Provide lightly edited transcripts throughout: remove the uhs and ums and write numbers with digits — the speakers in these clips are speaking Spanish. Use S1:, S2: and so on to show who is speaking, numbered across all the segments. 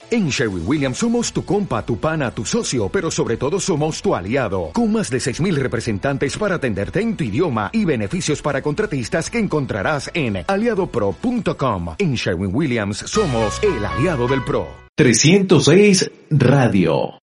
S1: En Sherwin-Williams somos tu compa, tu pana, tu socio, pero sobre todo somos tu aliado, con más de 6,000 representantes para atenderte en tu idioma y beneficios para contratistas que encontrarás en aliadopro.com. En Sherwin-Williams somos el aliado del pro.
S2: 306 Radio.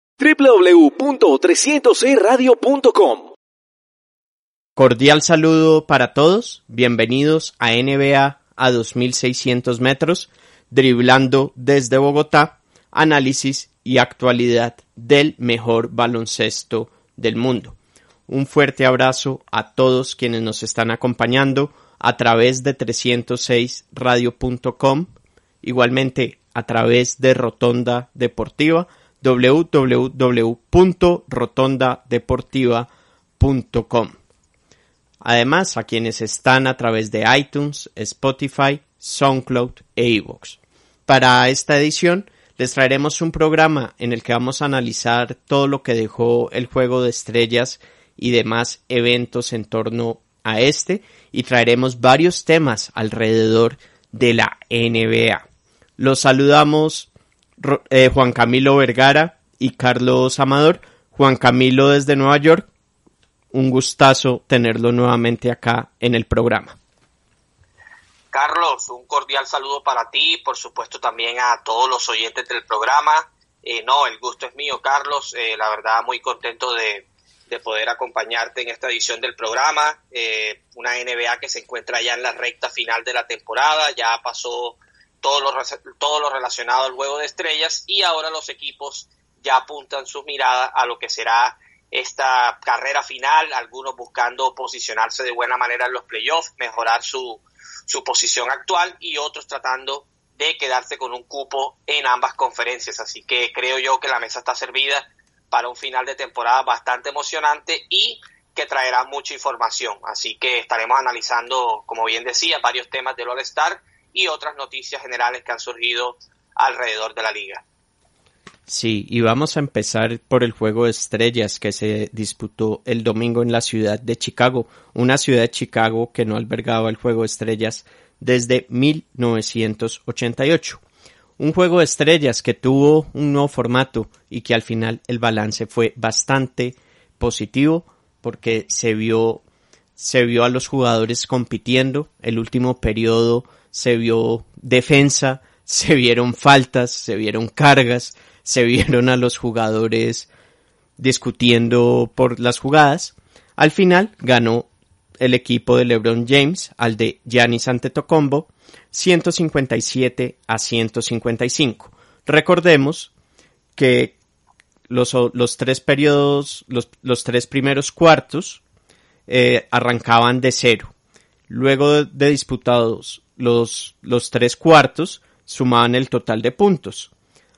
S3: www.306radio.com. Cordial saludo para todos, bienvenidos a NBA a 2.600 metros, driblando desde Bogotá, análisis y actualidad del mejor baloncesto del mundo. Un fuerte abrazo a todos quienes nos están acompañando a través de 306radio.com, igualmente a través de Rotonda Deportiva, www.rotondadeportiva.com. Además, a quienes están a través de iTunes, Spotify, SoundCloud e iVoox. Para esta edición les traeremos un programa en el que vamos a analizar todo lo que dejó el Juego de Estrellas y demás eventos en torno a este, y traeremos varios temas alrededor de la NBA. Los saludamos Juan Camilo Vergara y Carlos Amador. Juan Camilo desde Nueva York, un gustazo tenerlo nuevamente acá en el programa.
S4: Carlos, un cordial saludo para ti, por supuesto también a todos los oyentes del programa. El gusto es mío, Carlos, la verdad muy contento de poder acompañarte en esta edición del programa. Una NBA que se encuentra ya en la recta final de la temporada, ya pasó todo lo relacionado al Juego de Estrellas y ahora los equipos ya apuntan sus miradas a lo que será esta carrera final, algunos buscando posicionarse de buena manera en los playoffs, mejorar su posición actual, y otros tratando de quedarse con un cupo en ambas conferencias. Así que creo yo que la mesa está servida para un final de temporada bastante emocionante y que traerá mucha información. Así que estaremos analizando, como bien decía, varios temas del All-Star y otras noticias generales que han surgido alrededor de la liga.
S3: Sí, y vamos a empezar por el Juego de Estrellas que se disputó el domingo en la ciudad de Chicago, una ciudad de Chicago que no albergaba el Juego de Estrellas desde 1988. Un Juego de Estrellas que tuvo un nuevo formato y que al final el balance fue bastante positivo porque se vio a los jugadores compitiendo. El último periodo se vio defensa, se vieron faltas, se vieron cargas, se vieron a los jugadores discutiendo por las jugadas. Al final ganó el equipo de LeBron James al de Giannis Antetokounmpo 157-155. Recordemos que los tres primeros cuartos arrancaban de cero. Luego de disputados los tres cuartos, sumaban el total de puntos.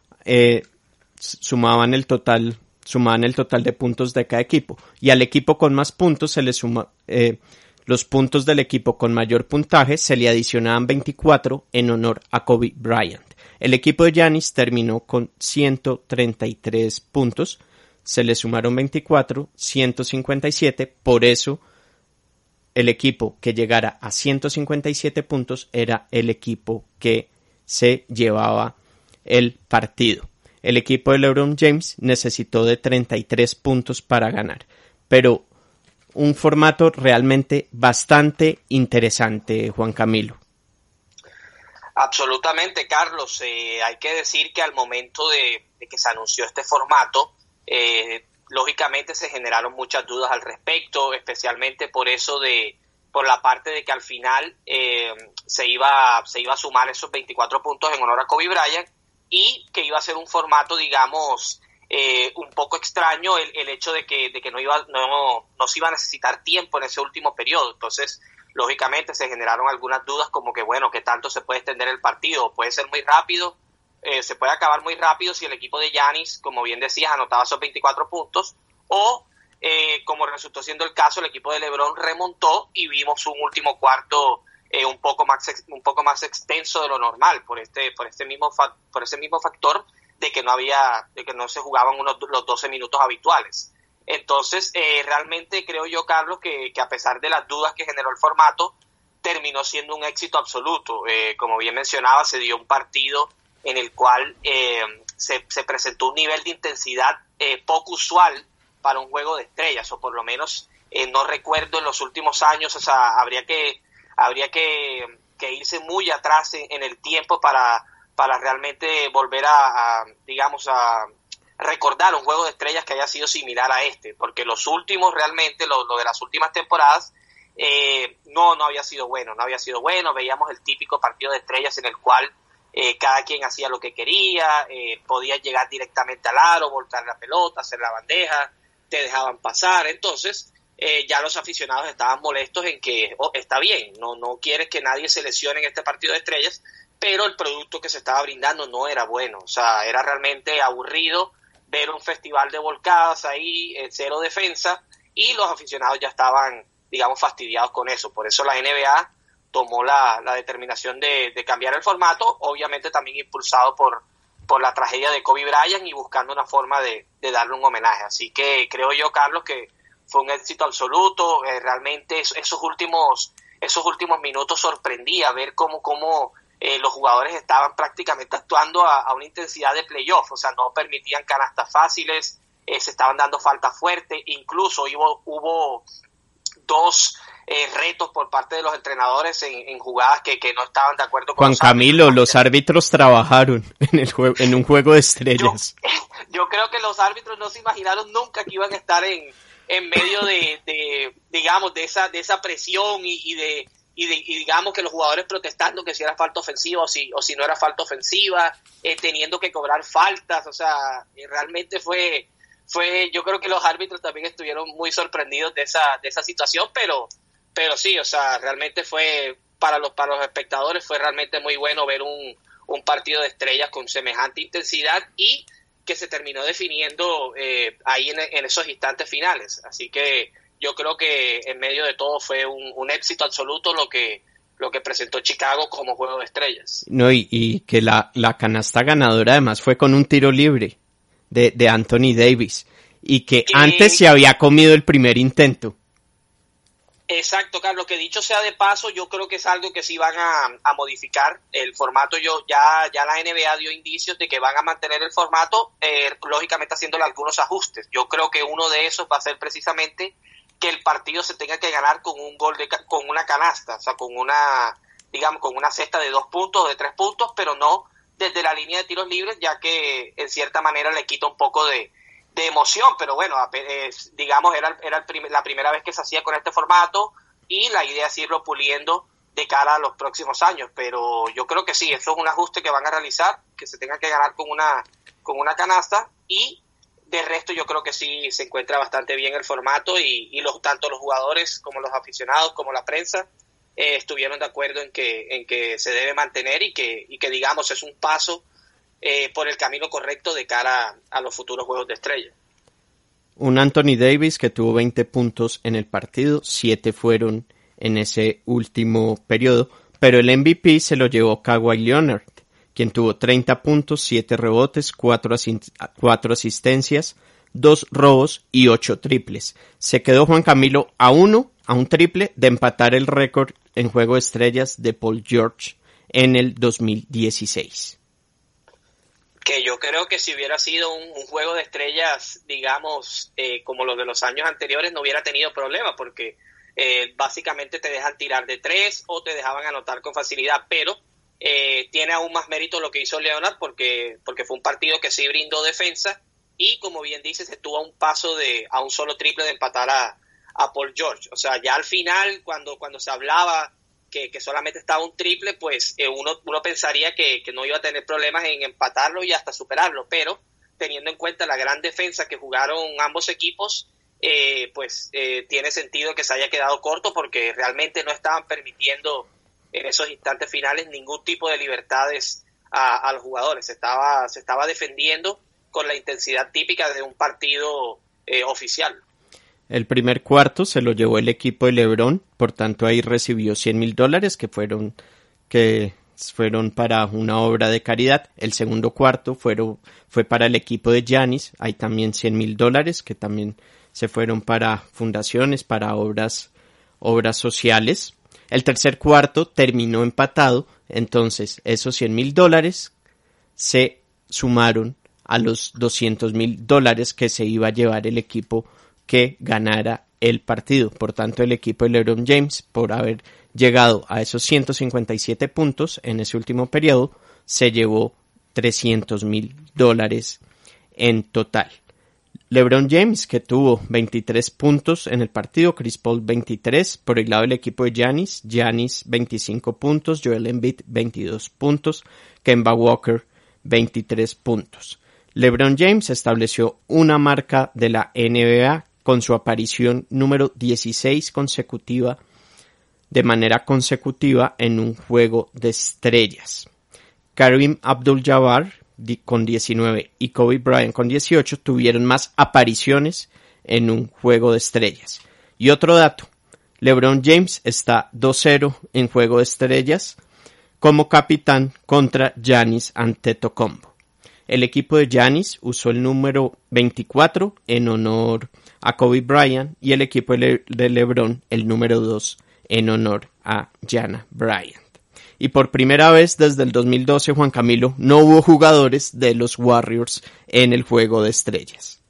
S3: Sumaban el total de puntos de cada equipo, y al equipo con más puntos se le suma los puntos del equipo con mayor puntaje, se le adicionaban 24 en honor a Kobe Bryant. El equipo de Giannis terminó con 133 puntos, se le sumaron 24, 157, por eso el equipo que llegara a 157 puntos era el equipo que se llevaba el partido. El equipo de LeBron James necesitó de 33 puntos para ganar, pero un formato realmente bastante interesante, Juan Camilo.
S4: Absolutamente, Carlos. Hay que decir que al momento de que se anunció este formato, lógicamente se generaron muchas dudas al respecto, especialmente por la parte de que al final se iba a sumar esos 24 puntos en honor a Kobe Bryant, y que iba a ser un formato, digamos, un poco extraño el hecho de que no se iba a necesitar tiempo en ese último periodo. Entonces, lógicamente se generaron algunas dudas como que, bueno, ¿qué tanto se puede extender el partido? Puede ser muy rápido, se puede acabar muy rápido si el equipo de Giannis, como bien decías, anotaba esos 24 puntos, o como resultó siendo el caso, el equipo de LeBron remontó y vimos un último cuarto un poco más extenso de lo normal por ese mismo factor de que no se jugaban los 12 minutos habituales. Entonces, realmente creo yo, Carlos, que a pesar de las dudas que generó el formato, terminó siendo un éxito absoluto. Como bien mencionaba, se dio un partido en el cual se presentó un nivel de intensidad poco usual para un juego de estrellas, o por lo menos no recuerdo en los últimos años. O sea, habría que irse muy atrás en el tiempo para realmente volver a recordar un juego de estrellas que haya sido similar a este, porque los últimos realmente, lo de las últimas temporadas, no había sido bueno, veíamos el típico partido de estrellas en el cual cada quien hacía lo que quería, podía llegar directamente al aro, volcar la pelota, hacer la bandeja, te dejaban pasar. Entonces ya los aficionados estaban molestos en que está bien, no quieres que nadie se lesione en este partido de estrellas, pero el producto que se estaba brindando no era bueno. O sea, era realmente aburrido ver un festival de volcadas ahí, cero defensa, y los aficionados ya estaban, digamos, fastidiados con eso. Por eso la NBA tomó la determinación de cambiar el formato, obviamente también impulsado por la tragedia de Kobe Bryant y buscando una forma de darle un homenaje. Así que creo yo, Carlos, que fue un éxito absoluto. Realmente esos últimos minutos sorprendía ver cómo los jugadores estaban prácticamente actuando a una intensidad de playoff. O sea, no permitían canastas fáciles, se estaban dando faltas fuertes, incluso hubo dos retos por parte de los entrenadores en jugadas que no estaban de acuerdo con
S3: Juan Camilo, los árbitros trabajaron en un juego de estrellas.
S4: Yo creo que los árbitros no se imaginaron nunca que iban a estar en medio de esa presión y digamos que los jugadores protestando que si era falta ofensiva o si no era falta ofensiva, teniendo que cobrar faltas. O sea, realmente fue yo creo que los árbitros también estuvieron muy sorprendidos de esa situación, pero sí, o sea, realmente fue para los espectadores fue realmente muy bueno ver un partido de estrellas con semejante intensidad y que se terminó definiendo ahí en esos instantes finales. Así que yo creo que en medio de todo fue un éxito absoluto lo que presentó Chicago como juego de estrellas.
S3: No, y que la canasta ganadora además fue con un tiro libre de Anthony Davis, y que antes se había comido el primer intento.
S4: Exacto, Carlos, que dicho sea de paso, yo creo que es algo que sí van a modificar el formato. Ya la NBA dio indicios de que van a mantener el formato, lógicamente haciéndole algunos ajustes. Yo creo que uno de esos va a ser precisamente que el partido se tenga que ganar con un gol con una canasta, o sea, con una cesta de 2 puntos o de 3 puntos, pero no desde la línea de tiros libres, ya que en cierta manera le quita un poco de emoción. Pero bueno, digamos, era la primera vez que se hacía con este formato y la idea es irlo puliendo de cara a los próximos años. Pero yo creo que sí, eso es un ajuste que van a realizar, que se tenga que ganar con una canasta, y de resto yo creo que sí se encuentra bastante bien el formato y tanto los jugadores como los aficionados como la prensa estuvieron de acuerdo en que se debe mantener y que digamos es un paso por el camino correcto de cara a los futuros juegos de estrella.
S3: Un Anthony Davis que tuvo 20 puntos en el partido, 7 fueron en ese último periodo, pero el MVP se lo llevó Kawhi Leonard, quien tuvo 30 puntos, 7 rebotes, 4 asistencias, 2 robos y 8 triples. Se quedó Juan Camilo a un triple de empatar el récord en juego de estrellas de Paul George en el 2016.
S4: Que yo creo que si hubiera sido un juego de estrellas, digamos, como los de los años anteriores, no hubiera tenido problema, porque básicamente te dejan tirar de 3 o te dejaban anotar con facilidad, pero tiene aún más mérito lo que hizo Leonard porque fue un partido que sí brindó defensa y, como bien dices, estuvo a un paso a un solo triple de empatar a Paul George. O sea, ya al final, cuando se hablaba que solamente estaba un triple, pues uno pensaría que no iba a tener problemas en empatarlo y hasta superarlo, pero teniendo en cuenta la gran defensa que jugaron ambos equipos, tiene sentido que se haya quedado corto, porque realmente no estaban permitiendo en esos instantes finales ningún tipo de libertades a los jugadores. Se estaba defendiendo con la intensidad típica de un partido oficial.
S3: El primer cuarto se lo llevó el equipo de LeBron, por tanto ahí recibió $100,000 que fueron para una obra de caridad. El segundo cuarto fue para el equipo de Giannis, hay también $100,000 que también se fueron para fundaciones, para obras sociales. El tercer cuarto terminó empatado, entonces esos $100,000 se sumaron a los $200,000 que se iba a llevar el equipo que ganara el partido. Por tanto, el equipo de LeBron James, por haber llegado a esos 157 puntos en ese último periodo, se llevó $300,000 en total. LeBron James, que tuvo 23 puntos en el partido, Chris Paul 23, por el lado del equipo de Giannis 25 puntos, Joel Embiid 22 puntos, Kemba Walker 23 puntos. LeBron James estableció una marca de la NBA con su aparición número 16 de manera consecutiva en un juego de estrellas. Kareem Abdul-Jabbar con 19 y Kobe Bryant con 18 tuvieron más apariciones en un juego de estrellas. Y otro dato, LeBron James está 2-0 en juego de estrellas como capitán contra Giannis Antetokounmpo. El equipo de Giannis usó el número 24 en honor a Kobe Bryant y el equipo de LeBron el número 2 en honor a Gianna Bryant. Y por primera vez desde el 2012, Juan Camilo, no hubo jugadores de los Warriors en el juego de estrellas.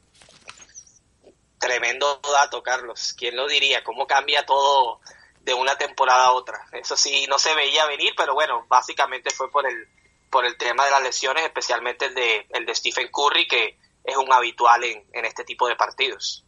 S4: Tremendo dato, Carlos. ¿Quién lo diría? ¿Cómo cambia todo de una temporada a otra? Eso sí, no se veía venir, pero bueno, básicamente fue por el tema de las lesiones, especialmente el de Stephen Curry, que es un habitual en este tipo de partidos.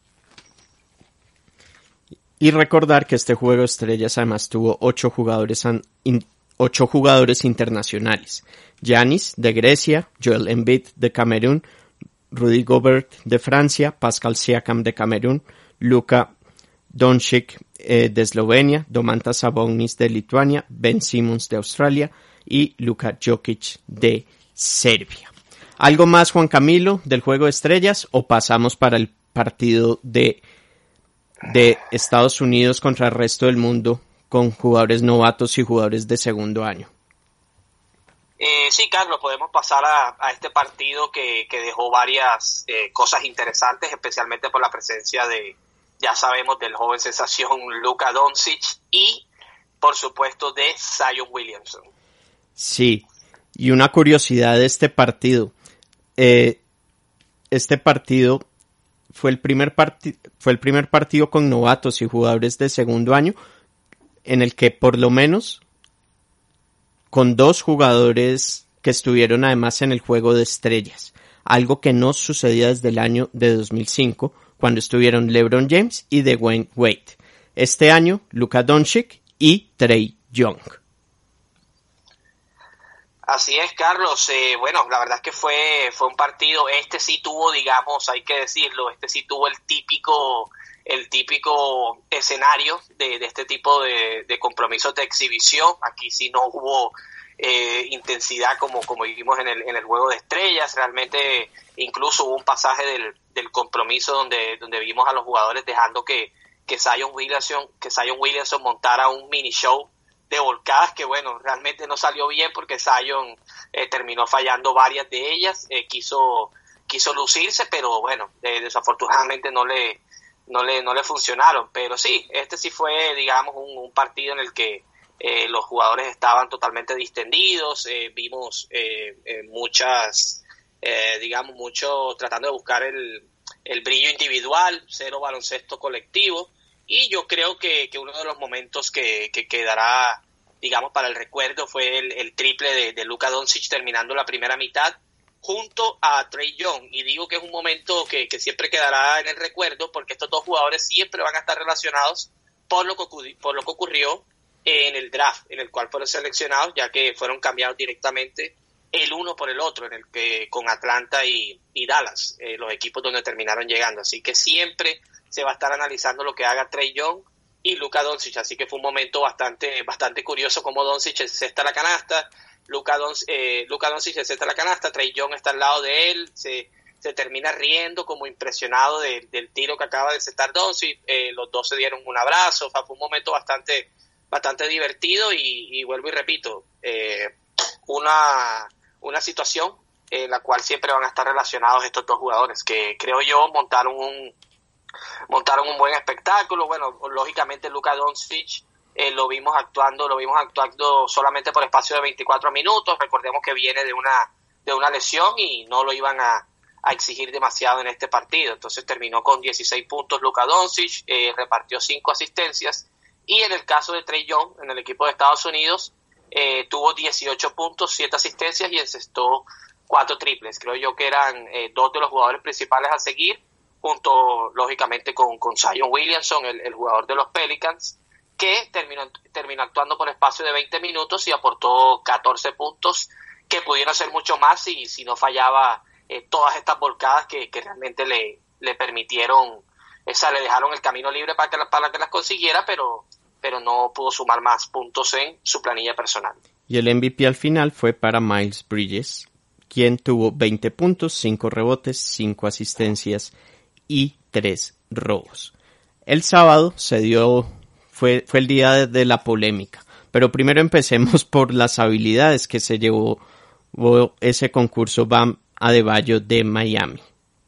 S3: Y recordar que este juego de estrellas además tuvo 8 jugadores internacionales. Giannis de Grecia, Joel Embiid de Camerún, Rudy Gobert de Francia, Pascal Siakam de Camerún, Luka Doncic de Eslovenia, Domantas Sabonis de Lituania, Ben Simmons de Australia y Luka Jokic de Serbia. ¿Algo más, Juan Camilo, del juego de estrellas o pasamos para el partido de Estados Unidos contra el resto del mundo con jugadores novatos y jugadores de segundo año?
S4: Sí, Carlos, podemos pasar a este partido que dejó varias cosas interesantes, especialmente por la presencia ya sabemos, del joven sensación Luka Doncic y, por supuesto, de Zion Williamson.
S3: Sí, y una curiosidad de este partido. Este partido fue el primer partido con novatos y jugadores de segundo año en el que por lo menos con 2 jugadores que estuvieron además en el juego de estrellas, algo que no sucedía desde el año de 2005 cuando estuvieron LeBron James y Dwayne Wade. Este año Luka Doncic y Trae Young.
S4: Así es, Carlos. Bueno, la verdad es que fue un partido, sí tuvo, digamos, hay que decirlo, sí tuvo el típico escenario de este tipo de compromisos de exhibición. Aquí sí no hubo intensidad como vimos en el juego de estrellas. Realmente incluso hubo un pasaje del compromiso donde vimos a los jugadores dejando que Zion Williamson montara un mini show de volcadas que, bueno, realmente no salió bien porque Zion terminó fallando varias de ellas. Quiso lucirse, pero bueno, desafortunadamente no le funcionaron. Pero sí, sí fue, digamos, un partido en el que los jugadores estaban totalmente distendidos. Vimos mucho tratando de buscar el brillo individual, cero baloncesto colectivo. Y yo creo que uno de los momentos que quedará, digamos, para el recuerdo fue el triple de Luka Doncic terminando la primera mitad junto a Trae Young. Y digo que es un momento que siempre quedará en el recuerdo porque estos dos jugadores siempre van a estar relacionados por lo que ocurrió en el draft, en el cual fueron seleccionados, ya que fueron cambiados directamente el uno por el otro, en el que con Atlanta y Dallas, los equipos donde terminaron llegando. Así que siempre se va a estar analizando lo que haga Trae Young y Luka Doncic, así que fue un momento bastante curioso como Doncic encesta la canasta, Luka Doncic encesta la canasta, Trae Young está al lado de él, se termina riendo como impresionado del tiro que acaba de encestar Doncic. Los dos se dieron un abrazo. O sea, fue un momento bastante divertido y vuelvo y repito, una situación en la cual siempre van a estar relacionados estos dos jugadores, que creo yo montaron un buen espectáculo. Bueno, lógicamente Luka Doncic lo vimos actuando solamente por espacio de 24 minutos. Recordemos que viene de una lesión y no lo iban a exigir demasiado en este partido. Entonces terminó con 16 puntos Luka Doncic, repartió 5 asistencias, y en el caso de Trae Young, en el equipo de Estados Unidos, tuvo 18 puntos, 7 asistencias y encestó 4 triples. Creo yo que eran 2 de los jugadores principales a seguir, junto lógicamente con Zion Williamson, el jugador de los Pelicans, que terminó actuando por espacio de 20 minutos y aportó 14 puntos, que pudieron ser mucho más si no fallaba todas estas volcadas que realmente le permitieron, le dejaron el camino libre para que las consiguiera, pero no pudo sumar más puntos en su planilla personal.
S3: Y el MVP al final fue para Miles Bridges, quien tuvo 20 puntos, 5 rebotes, 5 asistencias y 3 robos. El sábado fue el día de la polémica, pero primero empecemos por las habilidades que se llevó ese concurso Bam Adebayo de Miami.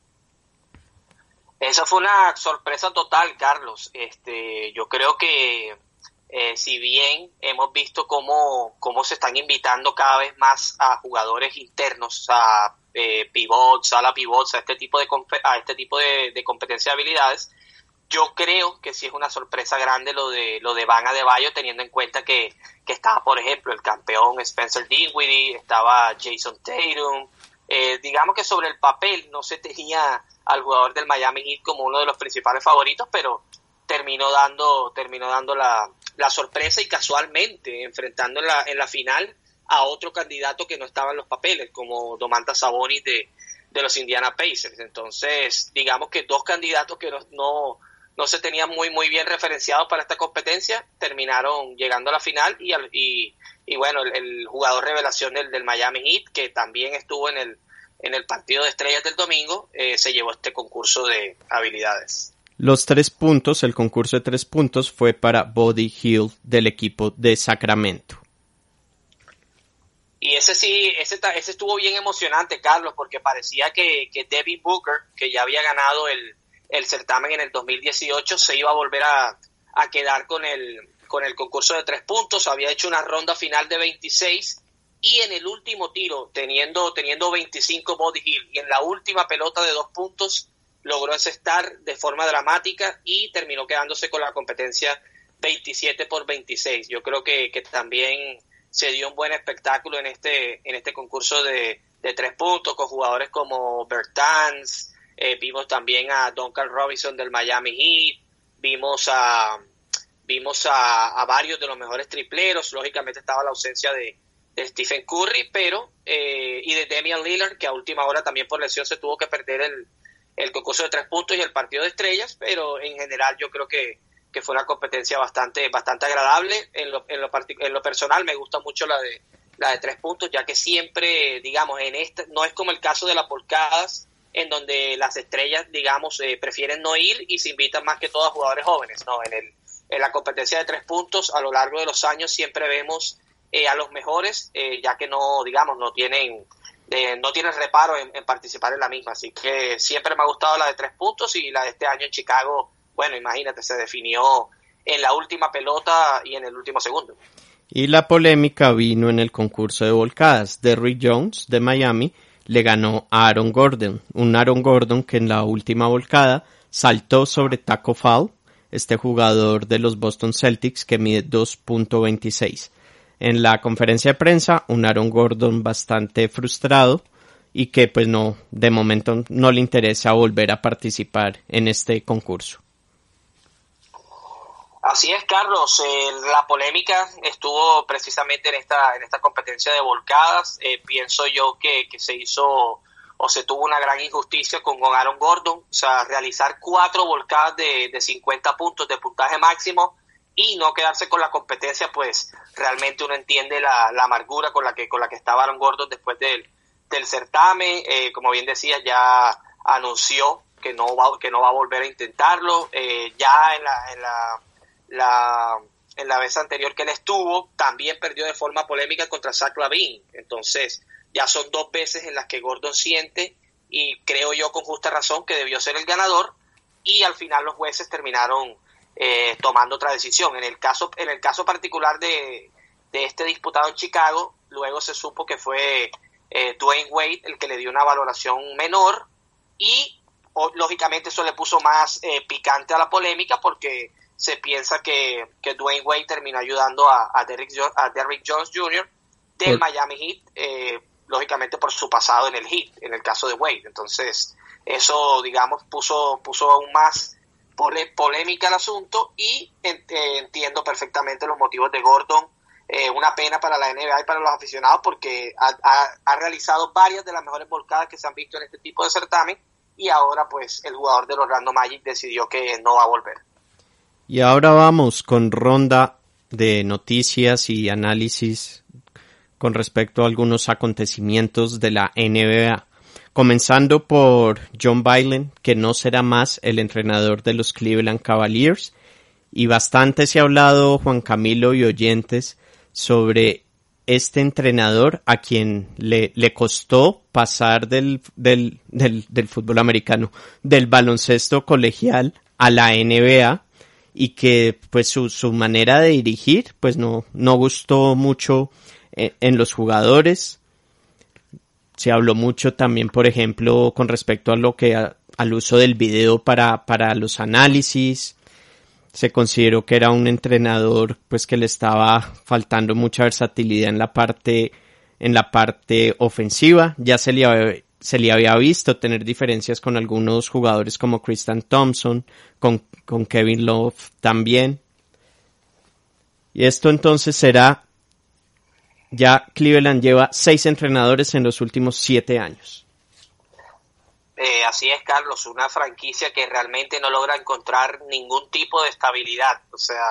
S4: Esa fue una sorpresa total, Carlos. Yo creo que si bien hemos visto cómo se están invitando cada vez más a jugadores internos, a pivots, a este tipo de competencia de habilidades, yo creo que sí es una sorpresa grande lo de Bam Adebayo, teniendo en cuenta que estaba, por ejemplo, el campeón Spencer Dinwiddie, estaba Jason Tatum. Digamos que sobre el papel no se tenía al jugador del Miami Heat como uno de los principales favoritos, pero terminó dando la sorpresa, y casualmente enfrentando en la final a otro candidato que no estaba en los papeles, como Domantas Sabonis de los Indiana Pacers. Entonces, digamos que 2 candidatos que no se tenían muy bien referenciados para esta competencia terminaron llegando a la final, y bueno, el jugador revelación del Miami Heat, que también estuvo en el partido de estrellas del domingo, se llevó este concurso de habilidades.
S3: Los 3 puntos, el concurso de 3 puntos fue para Buddy Hield del equipo de Sacramento.
S4: Y ese estuvo bien emocionante, Carlos, porque parecía que Devin Booker, que ya había ganado el certamen en el 2018, se iba a volver a quedar con el concurso de 3 puntos. Había hecho una ronda final de 26, y en el último tiro, teniendo 25 Buddy Hield, y en la última pelota de 2 puntos, logró encestar de forma dramática y terminó quedándose con la competencia 27-26. Yo creo que también se dio un buen espectáculo en este concurso de 3 puntos, con jugadores como Bertans. Vimos también a Duncan Robinson del Miami Heat, vimos a varios de los mejores tripleros. Lógicamente estaba la ausencia de Stephen Curry, pero y de Damian Lillard, que a última hora también por lesión se tuvo que perder el concurso de 3 puntos y el partido de estrellas, pero en general yo creo que fue una competencia bastante agradable. En lo personal me gusta mucho la de 3 puntos, ya que siempre, digamos, no es como el caso de las volcadas, en donde las estrellas, digamos, prefieren no ir y se invitan más que todo a jugadores jóvenes. No, en la competencia de 3 puntos, a lo largo de los años siempre vemos a los mejores, ya que no tienen reparo en participar en la misma. Así que siempre me ha gustado la de 3 puntos, y la de este año en Chicago, bueno, imagínate, se definió en la última pelota y en el último segundo.
S3: Y la polémica vino en el concurso de volcadas. Derrick Jones de Miami le ganó a Aaron Gordon, un Aaron Gordon que en la última volcada saltó sobre Taco Fall, este jugador de los Boston Celtics que mide 2.26. En la conferencia de prensa, un Aaron Gordon bastante frustrado y que pues de momento no le interesa volver a participar en este concurso.
S4: Así es, Carlos. La polémica estuvo precisamente en esta competencia de volcadas. Pienso yo que se hizo o se tuvo una gran injusticia con Aaron Gordon. O sea, realizar 4 volcadas de 50 puntos de puntaje máximo y no quedarse con la competencia, pues realmente uno entiende la amargura con la que estaba Aaron Gordon después del certamen. Como bien decía, ya anunció que no va a volver a intentarlo. Ya en la vez anterior que él estuvo, también perdió de forma polémica contra Zach LaVine. Entonces ya son 2 veces en las que Gordon siente, y creo yo con justa razón, que debió ser el ganador, y al final los jueces terminaron tomando otra decisión. En el caso particular de este disputado en Chicago, luego se supo que fue Dwayne Wade el que le dio una valoración menor, y lógicamente eso le puso más picante a la polémica, porque se piensa que Dwayne Wade terminó ayudando a Derrick Jones Jr. del Miami Heat, lógicamente por su pasado en el Heat, en el caso de Wade. Entonces eso, digamos, puso aún más polémica al asunto, y entiendo perfectamente los motivos de Gordon. Una pena para la NBA y para los aficionados, porque ha realizado varias de las mejores volcadas que se han visto en este tipo de certamen, y ahora pues el jugador del Orlando Magic decidió que no va a volver.
S3: Y ahora vamos con ronda de noticias y análisis con respecto a algunos acontecimientos de la NBA. Comenzando por John Beilein, que no será más el entrenador de los Cleveland Cavaliers. Y bastante se ha hablado, Juan Camilo y oyentes, sobre este entrenador a quien le costó pasar del fútbol americano, del baloncesto colegial a la NBA, y que pues su manera de dirigir pues no gustó mucho en los jugadores. Se habló mucho también, por ejemplo, con respecto a lo que al uso del video para los análisis. Se consideró que era un entrenador pues que le estaba faltando mucha versatilidad en la parte ofensiva. Ya se le había visto tener diferencias con algunos jugadores como Tristan Thompson, con Kevin Love también. Y esto entonces será, ya Cleveland lleva 6 entrenadores en los últimos 7 años.
S4: Así es, Carlos, una franquicia que realmente no logra encontrar ningún tipo de estabilidad. O sea,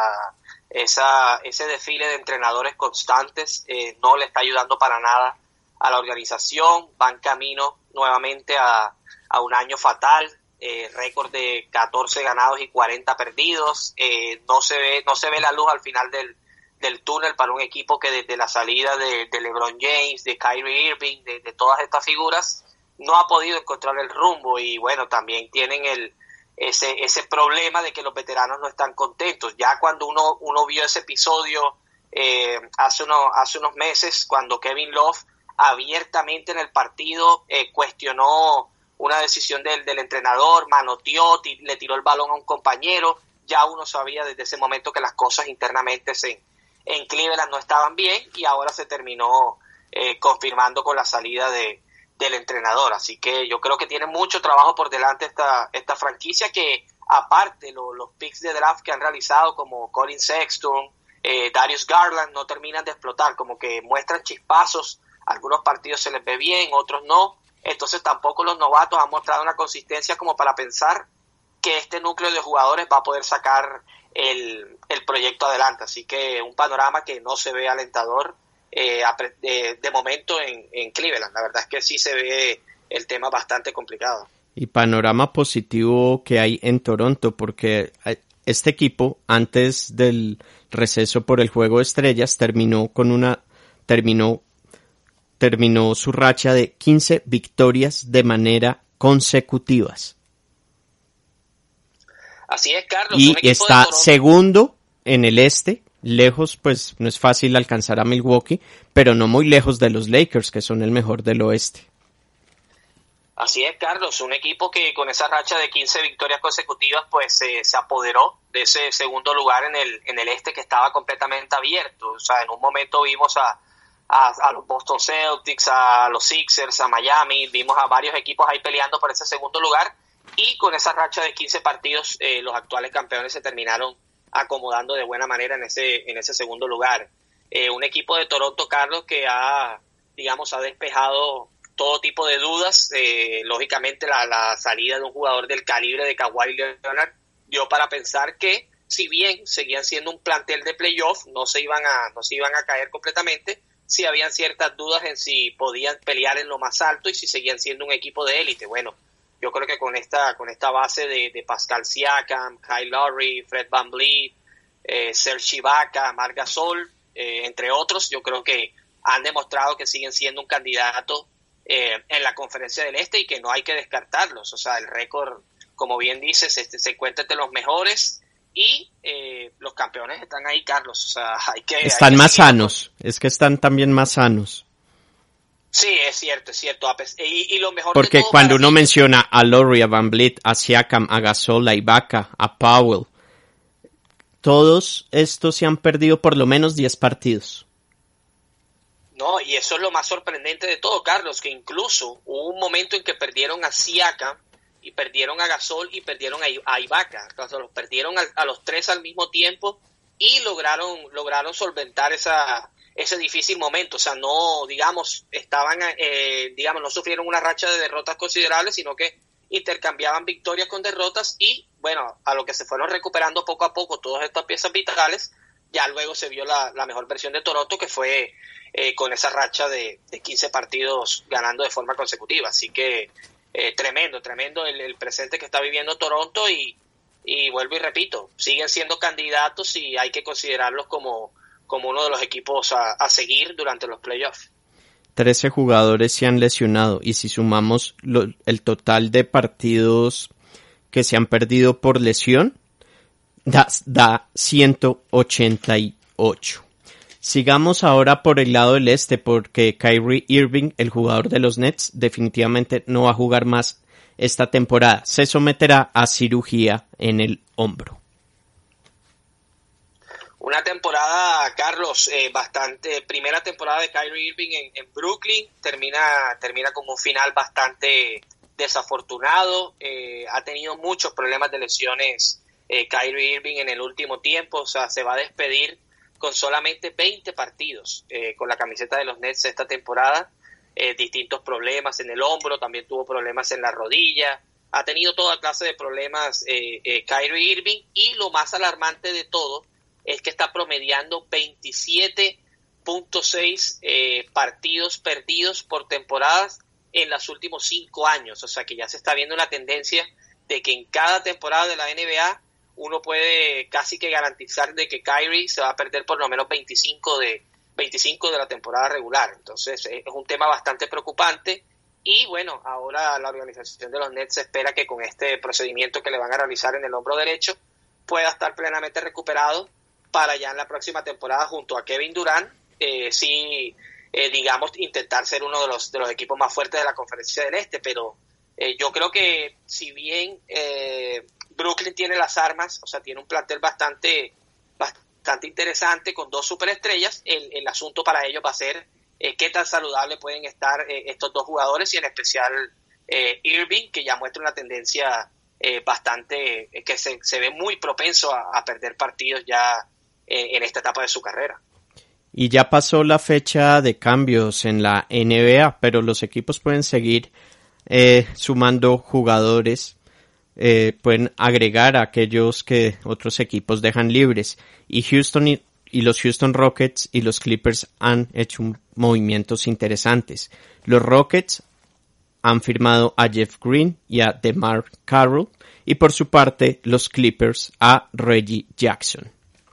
S4: ese desfile de entrenadores constantes no le está ayudando para nada a la organización. Van camino nuevamente a un año fatal, récord de 14 ganados y 40 perdidos. No se ve la luz al final del túnel para un equipo que desde la salida de LeBron James, de Kyrie Irving, de todas estas figuras, no ha podido encontrar el rumbo. Y bueno, también tienen ese problema de que los veteranos no están contentos. Ya cuando uno vio ese episodio hace unos meses, cuando Kevin Love abiertamente en el partido cuestionó una decisión del entrenador, manoteó, le tiró el balón a un compañero, ya uno sabía desde ese momento que las cosas internamente en Cleveland no estaban bien, y ahora se terminó confirmando con la salida del entrenador. Así que yo creo que tiene mucho trabajo por delante esta franquicia, que aparte los picks de draft que han realizado, como Colin Sexton, Darius Garland, no terminan de explotar, como que muestran chispazos. Algunos partidos se les ve bien, otros no. Entonces tampoco los novatos han mostrado una consistencia como para pensar que este núcleo de jugadores va a poder sacar el proyecto adelante. Así que un panorama que no se ve alentador de momento en Cleveland. La verdad es que sí se ve el tema bastante complicado.
S3: Y panorama positivo que hay en Toronto, porque este equipo, antes del receso por el Juego de Estrellas, terminó su racha de 15 victorias de manera consecutivas.
S4: Así es, Carlos.
S3: Y está segundo en el este, lejos, pues no es fácil alcanzar a Milwaukee, pero no muy lejos de los Lakers, que son el mejor del oeste.
S4: Así es, Carlos, un equipo que con esa racha de 15 victorias consecutivas pues se apoderó de ese segundo lugar en el este, que estaba completamente abierto. O sea, en un momento vimos a los Boston Celtics, a los Sixers, a Miami, vimos a varios equipos ahí peleando por ese segundo lugar, y con esa racha de 15 partidos los actuales campeones se terminaron acomodando de buena manera en ese segundo lugar. Un equipo de Toronto, Carlos, que ha despejado todo tipo de dudas. Lógicamente la salida de un jugador del calibre de Kawhi Leonard dio para pensar que, si bien seguían siendo un plantel de playoff, no se iban a caer completamente. Sí habían ciertas dudas en si podían pelear en lo más alto y si seguían siendo un equipo de élite. Bueno, yo creo que con esta base de Pascal Siakam, Kyle Lowry, Fred VanVleet, Serge Ibaka, Marc Gasol, entre otros, yo creo que han demostrado que siguen siendo un candidato en la Conferencia del Este, y que no hay que descartarlos. O sea, el récord, como bien dices, se encuentra entre los mejores, y los campeones están ahí, Carlos. O sea, están
S3: más sanos, es que están también más sanos.
S4: Sí, es cierto, es cierto. Y lo mejor
S3: Porque
S4: de todo
S3: cuando
S4: para
S3: uno
S4: mí,
S3: menciona a Laurie, a Van Vliet, a Siakam, a Gasol, a Ibaka, a Powell, todos estos se han perdido por lo menos 10 partidos.
S4: no, y eso es lo más sorprendente de todo, Carlos, que incluso hubo un momento en que perdieron a Siakam y perdieron a Gasol y perdieron a Ibaka. O sea, los perdieron a los tres al mismo tiempo y lograron solventar ese difícil momento. O sea, no, digamos, no sufrieron una racha de derrotas considerables, sino que intercambiaban victorias con derrotas y, bueno, a lo que se fueron recuperando poco a poco todas estas piezas vitales, ya luego se vio la mejor versión de Toronto, que fue con esa racha de 15 partidos ganando de forma consecutiva. Así que tremendo el presente que está viviendo Toronto y vuelvo y repito, siguen siendo candidatos y hay que considerarlos como uno de los equipos a seguir durante los playoffs.
S3: 13 jugadores se han lesionado y si sumamos el total de partidos que se han perdido por lesión, da 188. Sigamos ahora por el lado del este porque Kyrie Irving, el jugador de los Nets, definitivamente no va a jugar más esta temporada. Se someterá a cirugía en el hombro.
S4: Una temporada, Carlos, primera temporada de Kyrie Irving en Brooklyn, termina como un final bastante desafortunado, ha tenido muchos problemas de lesiones Kyrie Irving en el último tiempo, o sea, se va a despedir con solamente 20 partidos con la camiseta de los Nets esta temporada, distintos problemas en el hombro, también tuvo problemas en la rodilla, ha tenido toda clase de problemas Kyrie Irving y lo más alarmante de todo es que está promediando 27.6 partidos perdidos por temporadas en los últimos 5 años. O sea que ya se está viendo una tendencia de que en cada temporada de la NBA uno puede casi que garantizar de que Kyrie se va a perder por lo menos 25 de la temporada regular. Entonces es un tema bastante preocupante. Y bueno, ahora la organización de los Nets espera que con este procedimiento que le van a realizar en el hombro derecho pueda estar plenamente recuperado para ya en la próxima temporada junto a Kevin Durant intentar ser uno de los equipos más fuertes de la Conferencia del Este, pero yo creo que si bien Brooklyn tiene las armas, o sea, tiene un plantel bastante interesante con 2 superestrellas, el asunto para ellos va a ser qué tan saludable pueden estar estos 2 jugadores y en especial Irving, que ya muestra una tendencia bastante que se ve muy propenso a perder partidos ya en esta etapa de su carrera.
S3: Y ya pasó la fecha de cambios en la NBA, pero los equipos pueden seguir sumando jugadores, pueden agregar a aquellos que otros equipos dejan libres. Y Houston y los Houston Rockets y los Clippers han hecho movimientos interesantes. Los Rockets han firmado a Jeff Green y a DeMar Carroll, y por su parte los Clippers a Reggie Jackson.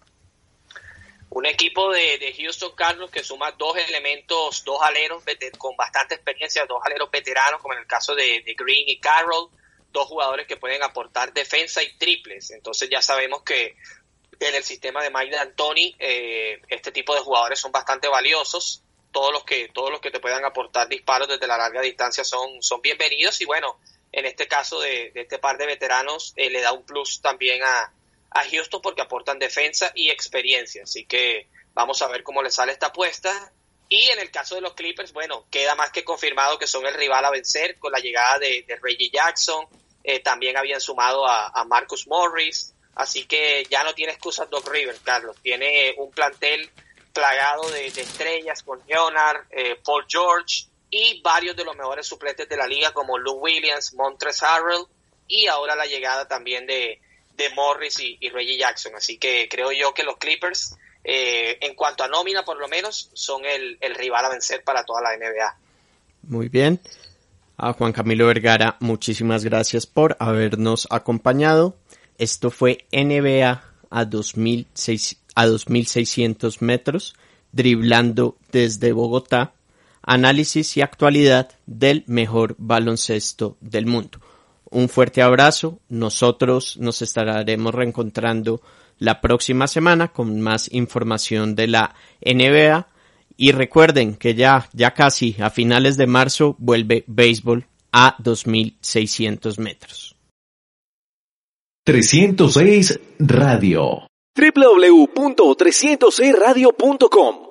S4: Un equipo de Houston, Carlos, que suma 2 elementos, 2 aleros con bastante experiencia, 2 aleros veteranos, como en el caso de Green y Carroll, 2 jugadores que pueden aportar defensa y triples. Entonces ya sabemos que en el sistema de Mike D'Antoni este tipo de jugadores son bastante valiosos. Todos los que te puedan aportar disparos desde la larga distancia son bienvenidos. Y bueno, en este caso de este par de veteranos le da un plus también a Houston porque aportan defensa y experiencia, así que vamos a ver cómo le sale esta apuesta. Y en el caso de los Clippers, bueno, queda más que confirmado que son el rival a vencer con la llegada de Reggie Jackson, también habían sumado a Marcus Morris, así que ya no tiene excusas Doc Rivers, Carlos, tiene un plantel plagado de estrellas con Leonard, Paul George y varios de los mejores suplentes de la liga como Lou Williams, Montrezl Harrell y ahora la llegada también de Morris y Reggie Jackson. Así que creo yo que los Clippers, en cuanto a nómina por lo menos, son el rival a vencer para toda la NBA.
S3: Muy bien. A Juan Camilo Vergara, muchísimas gracias por habernos acompañado. Esto fue NBA a 2.600 metros, driblando desde Bogotá, análisis y actualidad del mejor baloncesto del mundo. Un fuerte abrazo, nosotros nos estaremos reencontrando la próxima semana con más información de la NBA Y recuerden que ya casi a finales de marzo vuelve béisbol a 2.600 metros.
S2: 306 Radio.
S5: www.306radio.com